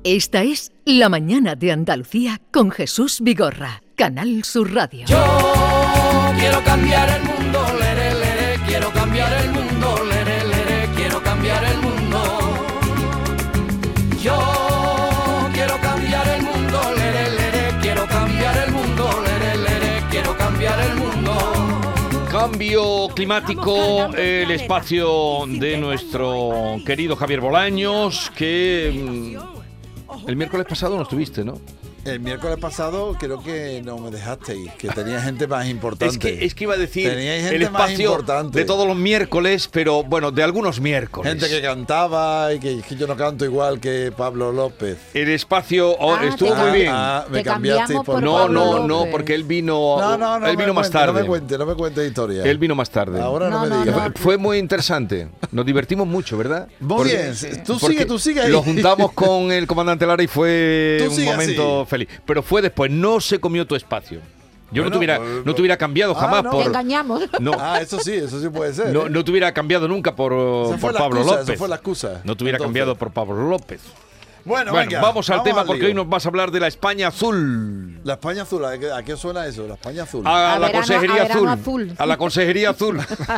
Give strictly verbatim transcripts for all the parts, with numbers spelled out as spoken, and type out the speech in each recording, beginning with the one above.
Esta es La Mañana de Andalucía con Jesús Vigorra, Canal Sur Radio. Yo quiero cambiar el mundo, lere, lere, quiero cambiar el mundo, lere, lere, quiero cambiar el mundo. Yo quiero cambiar el mundo, lere, lere, quiero cambiar el mundo, lere, lere, quiero cambiar el mundo. Cambio climático, el espacio de nuestro querido Javier Bolaños, que mm, el miércoles pasado no estuviste, ¿no? El miércoles pasado creo que no me dejasteis, que tenía gente más importante. Es que, es que iba a decir Teníais gente el espacio más importante. de todos los miércoles, pero bueno, de algunos miércoles. Gente que cantaba y que, que yo no canto igual que Pablo López. El espacio oh, Ah, estuvo te muy cam- bien. Ah, me Te cambiasteis cambiamos por por No, Pablo no, no, López. porque él vino, No, no, no, él vino me más cuente, tarde. No me cuente, no me cuente historia. Él vino más tarde. Ahora no, No, me no, digas. no. Fue muy interesante. Nos divertimos mucho, ¿verdad? Muy Porque- bien. Tú porque sigue, tú sigue ahí. Lo juntamos con el comandante Lara y fue Tú un sigue momento así. feliz. Pero fue después. No se comió tu espacio. Yo Bueno, no te hubiera, pues, no te hubiera cambiado ah, jamás no. Te por. engañamos. No, Ah, eso sí, eso sí puede ser. no, ¿eh? no te hubiera cambiado nunca por, Esa fue por la Pablo excusa, López. esa fue la excusa. No te hubiera Entonces. cambiado por Pablo López. Bueno, Bueno, venga, vamos al tema al porque lío. hoy nos vas a hablar de la España azul. La España azul, ¿a qué, a qué suena eso? La España azul. A, A la verano- consejería a verano azul. azul. A la consejería azul.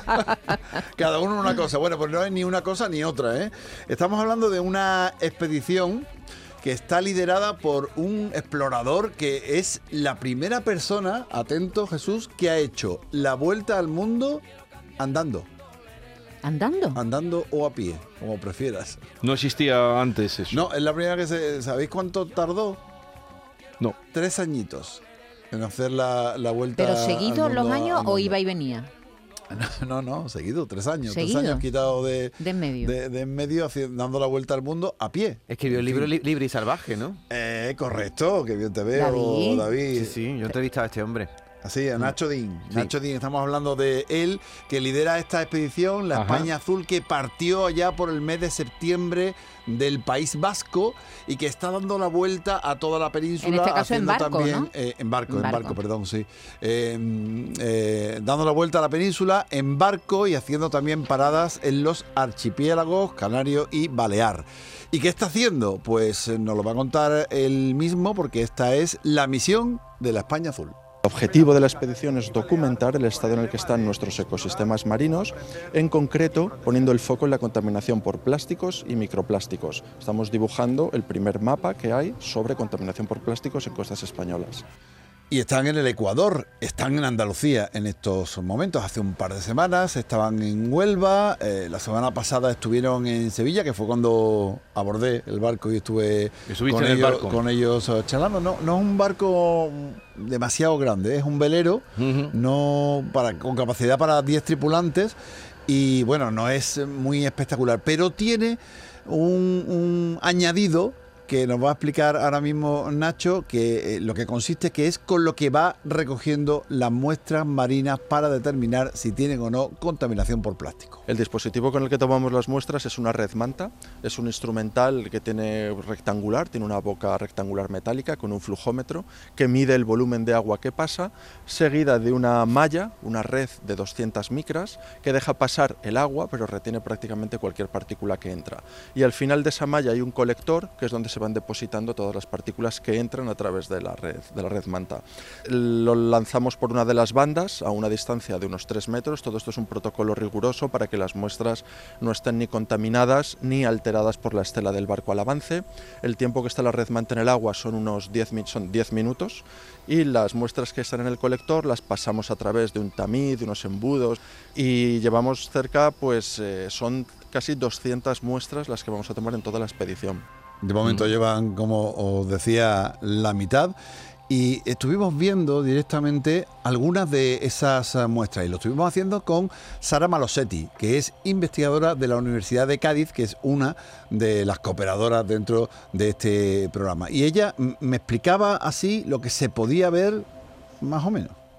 Cada uno una cosa. Bueno, pues no es ni una cosa ni otra, ¿eh? Estamos hablando de una expedición que está liderada por un explorador que es la primera persona, atento Jesús, que ha hecho la vuelta al mundo andando. ¿Andando? Andando o a pie, como prefieras. No existía antes eso. No, es la primera que se... ¿Sabéis cuánto tardó? No. Tres añitos en hacer la, la vuelta ¿Pero al seguidos los mundo años o andando. iba y venía? No, no, seguido, tres años. ¿Seguido? Tres años quitado de, De en medio. de, de en medio, haci- dando la vuelta al mundo a pie. Escribió el libro Li- Libre y Salvaje, ¿no? Eh, correcto, que bien te veo, David. David. Sí, sí, yo entrevistaba a este hombre. Así, a Nacho Dean. Sí. Nacho Dean, estamos hablando de él, que lidera esta expedición, la Ajá. España Azul, que partió allá por el mes de septiembre del País Vasco y que está dando la vuelta a toda la península. En este caso en haciendo barco, también, ¿no? eh, en barco, En en barco, barco. perdón, sí. Eh, eh, dando la vuelta a la península en barco y haciendo también paradas en los archipiélagos Canario y Balear. ¿Y qué está haciendo? Pues eh, nos lo va a contar él mismo, porque esta es la misión de la España Azul. El objetivo de la expedición es documentar el estado en el que están nuestros ecosistemas marinos, en concreto poniendo el foco en la contaminación por plásticos y microplásticos. Estamos dibujando el primer mapa que hay sobre contaminación por plásticos en costas españolas. Y están en el Ecuador, están en Andalucía en estos momentos. Hace un par de semanas estaban en Huelva, eh, la semana pasada estuvieron en Sevilla, que fue cuando abordé el barco y estuve Estuviste con en el ellos, barco. con ellos eh, charlando. No, no es un barco demasiado grande, es un velero, Ujú. no para, con capacidad para diez tripulantes y bueno, no es muy espectacular, pero tiene un, un añadido que nos va a explicar ahora mismo Nacho, que eh, lo que consiste que es con lo que va recogiendo las muestras marinas para determinar si tienen o no contaminación por plástico. El dispositivo con el que tomamos las muestras es una red manta, es un instrumental que tiene rectangular, tiene una boca rectangular metálica con un flujómetro que mide el volumen de agua que pasa, seguida de una malla, una red de doscientas micras que deja pasar el agua pero retiene prácticamente cualquier partícula que entra. Y al final de esa malla hay un colector que es donde se van depositando todas las partículas que entran a través de la red, de la red manta. Lo lanzamos por una de las bandas a una distancia de unos tres metros. Todo esto es un protocolo riguroso para que las muestras no estén ni contaminadas ni alteradas por la estela del barco al avance. El tiempo que está la red manta en el agua son unos diez, son diez minutos y las muestras que están en el colector las pasamos a través de un tamiz, de unos embudos y llevamos cerca, pues eh, son casi doscientas muestras las que vamos a tomar en toda la expedición. De momento Mm. llevan, como os decía, la mitad. Y estuvimos viendo directamente algunas de esas eh, muestras y lo estuvimos haciendo con Sara Malosetti, que es investigadora de la Universidad de Cádiz, que es una de las cooperadoras dentro de este programa. Y ella m- me explicaba así lo que se podía ver más o menos.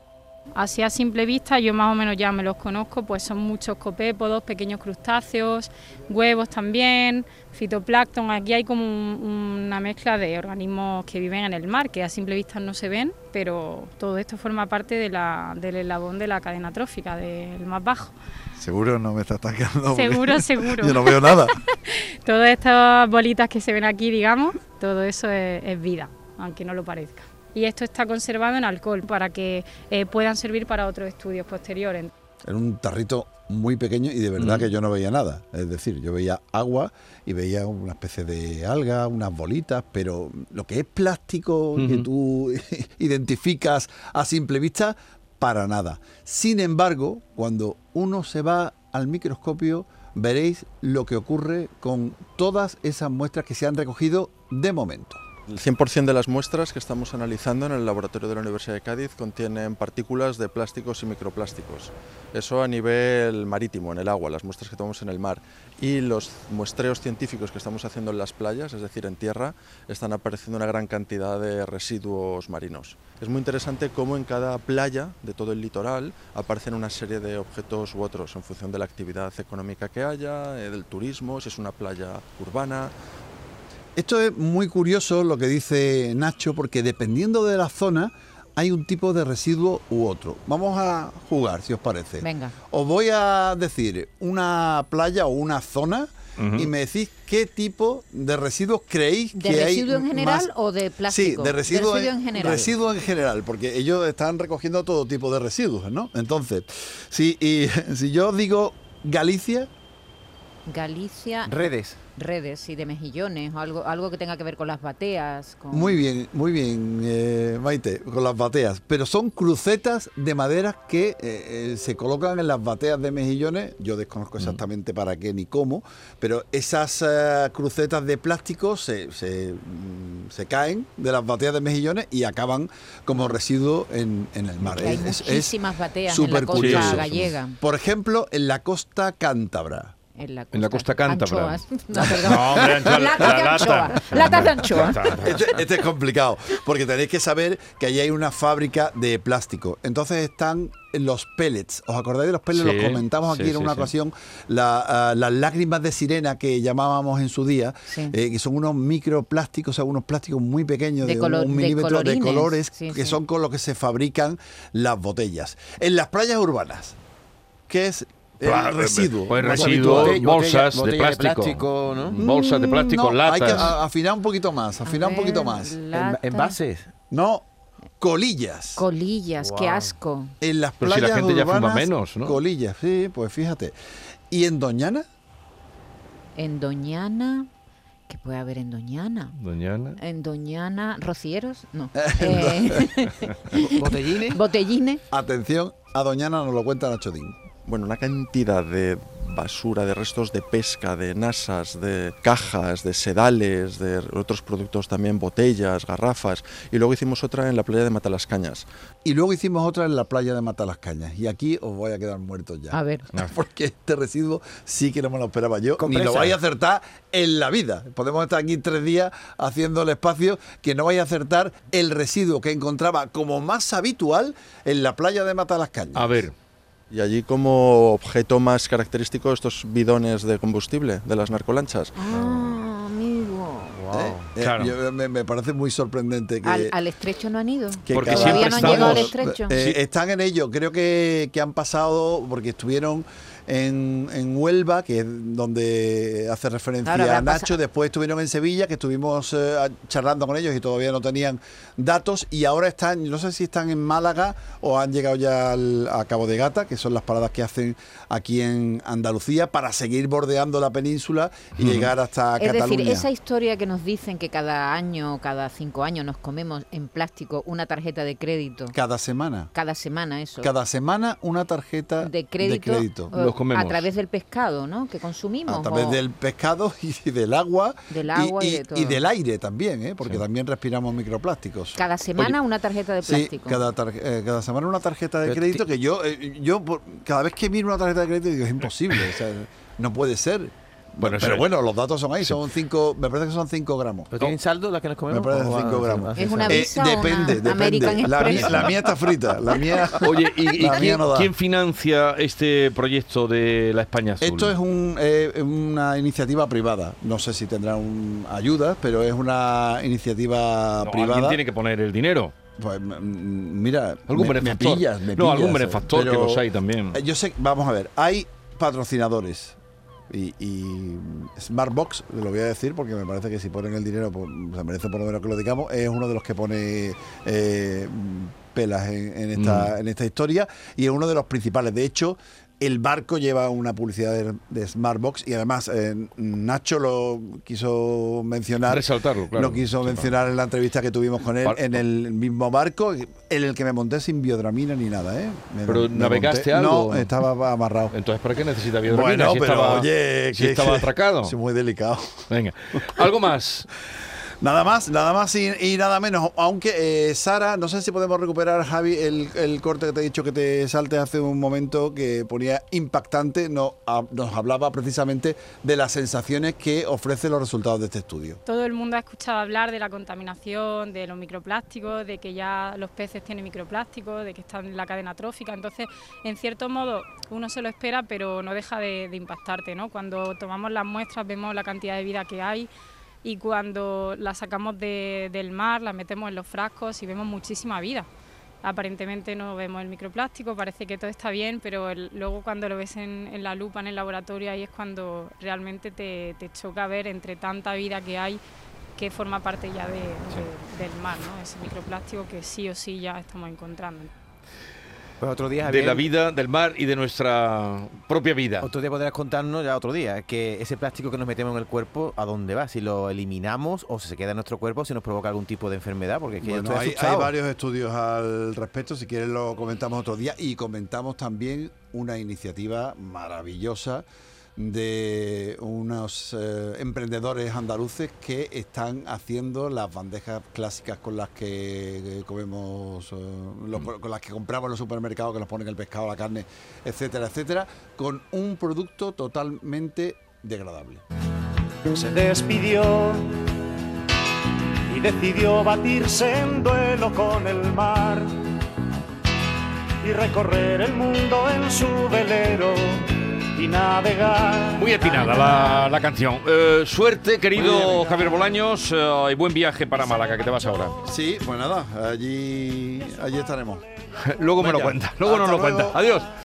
Así a simple vista, yo más o menos ya me los conozco, pues son muchos copépodos, pequeños crustáceos, huevos también, fitoplancton. Aquí hay como un, una mezcla de organismos que viven en el mar, que a simple vista no se ven, pero todo esto forma parte de la, del eslabón de la cadena trófica, del más bajo. Seguro no me está atacando. Seguro, seguro. Yo no veo nada. Todas estas bolitas que se ven aquí, digamos, todo eso es, es vida, aunque no lo parezca. Y esto está conservado en alcohol para que eh, puedan servir para otros estudios posteriores. Era un tarrito muy pequeño y de verdad mm. que yo no veía nada. Es decir, yo veía agua y veía una especie de alga, unas bolitas, pero lo que es plástico uh-huh. que tú identificas a simple vista, para nada. Sin embargo, cuando uno se va al microscopio, veréis lo que ocurre con todas esas muestras que se han recogido de momento. El cien por ciento de las muestras que estamos analizando en el laboratorio de la Universidad de Cádiz contienen partículas de plásticos y microplásticos. Eso a nivel marítimo, en el agua, las muestras que tomamos en el mar. Y los muestreos científicos que estamos haciendo en las playas, es decir, en tierra, están apareciendo una gran cantidad de residuos marinos. Es muy interesante cómo en cada playa de todo el litoral aparecen una serie de objetos u otros en función de la actividad económica que haya, del turismo, si es una playa urbana. Esto es muy curioso lo que dice Nacho, porque dependiendo de la zona hay un tipo de residuo u otro. Vamos a jugar, si os parece. Venga. Os voy a decir una playa o una zona uh-huh. y me decís qué tipo de residuos creéis ¿De que hay. ¿De residuo en general más... o de plástico? Sí, de residuo, de residuo en, en general. Residuo en general, porque ellos están recogiendo todo tipo de residuos, ¿no? Entonces, si, y, si yo digo Galicia... Galicia... Redes. Redes y de mejillones o algo, algo que tenga que ver con las bateas. Con... Muy bien, muy bien, eh, Maite, con las bateas. Pero son crucetas de madera que eh, eh, se colocan en las bateas de mejillones. Yo desconozco exactamente para qué ni cómo, pero esas eh, crucetas de plástico se, se, mm, se caen de las bateas de mejillones y acaban como residuo en, en el mar. Hay es, muchísimas es bateas en la costa curioso. gallega. Por ejemplo, en la costa cántabra. En la costa, en la costa cántabra. Anchoas. No, perdón. No, hombre, anchoa, latas la de lata. anchoa. Latas de anchoa. Este, este es complicado, porque tenéis que saber que allí hay una fábrica de plástico. Entonces están los pellets. ¿Os acordáis de los pellets? Sí, los comentamos aquí sí, en una sí, ocasión. Sí. La, uh, las lágrimas de sirena que llamábamos en su día, sí. eh, que son unos microplásticos, o sea, unos plásticos muy pequeños, de, de color, un milímetro de, de colores, sí, que sí. son con los que se fabrican las botellas. En las playas urbanas, ¿qué es? El residuo. Pues residuo, bolsas botella, de plástico, de plástico ¿no? Bolsas de plástico, no, latas. Hay que afinar un poquito más, afinar ver, un poquito más. Lata. ¿Envases? No, colillas. Colillas, wow. Qué asco. En las Pero playas si la gente urbanas, ya fuma menos, ¿no? Colillas, sí, pues fíjate. ¿Y en Doñana? En Doñana... ¿Qué puede haber en Doñana? Doñana. En Doñana, ¿rocieros? No. eh, ¿Botellines? Botellines. Atención, a Doñana nos lo cuenta Nacho Dín. Bueno, una cantidad de basura, de restos de pesca, de nasas, de cajas, de sedales, de otros productos también, botellas, garrafas. Y luego hicimos otra en la playa de Matalascañas. Y luego hicimos otra en la playa de Matalascañas. Y aquí os voy a quedar muertos ya. A ver. Porque este residuo sí que no me lo esperaba yo. Compresa. Ni lo vais a acertar en la vida. Podemos estar aquí tres días haciendo el espacio que no vais a acertar el residuo que encontraba como más habitual en la playa de Matalascañas. A ver. Y allí como objeto más característico estos bidones de combustible de las narcolanchas. Ah, amigo. Wow. ¿Eh? Eh, claro. yo, me, me parece muy sorprendente que... ¿Al, al estrecho no han ido? Que porque cada... siempre no han estamos... llegado al estrecho. Eh, sí. Están en ello. Creo que, que han pasado, porque estuvieron en, en Huelva, que es donde hace referencia a Nacho. Pasado. Después estuvieron en Sevilla, que estuvimos eh, charlando con ellos y todavía no tenían datos. Y ahora están, no sé si están en Málaga o han llegado ya al, a Cabo de Gata, que son las paradas que hacen aquí en Andalucía, para seguir bordeando la península y uh-huh. llegar hasta es Cataluña. Es decir, esa historia que nos dicen que cada año, cada cinco años nos comemos en plástico una tarjeta de crédito. Cada semana. Cada semana, eso. Cada semana una tarjeta de crédito. De crédito. Los comemos. A través del pescado, ¿no? Que consumimos. A través o... del pescado y del agua. Del agua y, y, y de todo. Y del aire también, ¿eh? Porque sí. también respiramos microplásticos. Cada semana Oye, una tarjeta de plástico. Sí, cada, tar- eh, cada semana una tarjeta de crédito que yo, eh, yo por, cada vez que miro una tarjeta de crédito digo, es imposible, o sea, no puede ser. Bueno, pero eso- bueno, los datos son ahí, son cinco, me parece que son cinco gramos. ¿Pero tienen saldo las que nos comemos? Me parece ¿O cinco va- gramos. hace Es una saldo? Eh, Visa o una depende, depende. American La, mía- Express. la mía está frita, la mía. Oye, ¿y, y La mía quién, no da. quién financia este proyecto de la España Azul? Esto es un, eh, una iniciativa privada. No sé si tendrán un- ayudas, pero es una iniciativa No, privada. alguien tiene que poner el dinero. Pues mm, mira, Algún me, me benefactor. pillas, me No, pillas, algún eh, benefactor, que pero, los hay también. eh, Yo sé, vamos a ver, hay patrocinadores. Y, y Smartbox, lo voy a decir porque me parece que si ponen el dinero, pues, se merece por lo menos que lo digamos, es uno de los que pone eh, pelas en, en esta, Mm. en esta historia y es uno de los principales. De hecho, el barco lleva una publicidad de, de Smartbox y además eh, Nacho lo quiso mencionar. Resaltarlo, claro. Lo quiso Sí, mencionar en la entrevista que tuvimos con él Par- en el mismo barco, en el que me monté sin biodramina ni nada, ¿eh? Me- ¿Pero me navegaste monté- algo? No, estaba amarrado. Entonces, ¿para qué necesita biodramina? Bueno, si pero estaba, oye, si que- estaba que- atracado. Es muy delicado. Venga. ¿Algo más? Nada más, nada más y, y nada menos. Aunque, eh, Sara, no sé si podemos recuperar, Javi, el, el corte que te he dicho que te saltes hace un momento, que ponía impactante, no, a- nos hablaba precisamente de las sensaciones que ofrecen los resultados de este estudio. Todo el mundo ha escuchado hablar de la contaminación, de los microplásticos, de que ya los peces tienen microplásticos, de que están en la cadena trófica. Entonces, en cierto modo, uno se lo espera, pero no deja de, de impactarte, ¿no? Cuando tomamos las muestras vemos la cantidad de vida que hay y cuando la sacamos de- del mar, la metemos en los frascos y vemos muchísima vida. Aparentemente no vemos el microplástico, parece que todo está bien, pero el- luego cuando lo ves en, en la lupa, en el laboratorio, ahí es cuando realmente te, te choca ver entre tanta vida que hay que forma parte ya de- de- del mar, ¿no? Ese microplástico que sí o sí ya estamos encontrando. Pues otro día, De Javier, la vida, del mar y de nuestra propia vida. Otro día podrás contarnos, ya otro día, que ese plástico que nos metemos en el cuerpo, ¿a dónde va? Si lo eliminamos o si se queda en nuestro cuerpo, si nos provoca algún tipo de enfermedad, porque es que yo Bueno, estoy hay, asustado. hay varios estudios al respecto, si quieres lo comentamos otro día y comentamos también una iniciativa maravillosa de unos eh, emprendedores andaluces que están haciendo las bandejas clásicas con las que eh, comemos, eh, lo- con las que compramos en los supermercados, que nos ponen el pescado, la carne, etcétera, etcétera, con un producto totalmente degradable. Se despidió y decidió batirse en duelo con el mar y recorrer el mundo en su velero y navegar. Muy atinada la, la canción. Eh, suerte, querido Javier Bolaños, eh, y buen viaje para Málaga, que te vas ahora. Sí, pues nada, allí, allí estaremos. Luego me lo Venga, cuentas, luego nos hasta lo cuentas. luego. Adiós.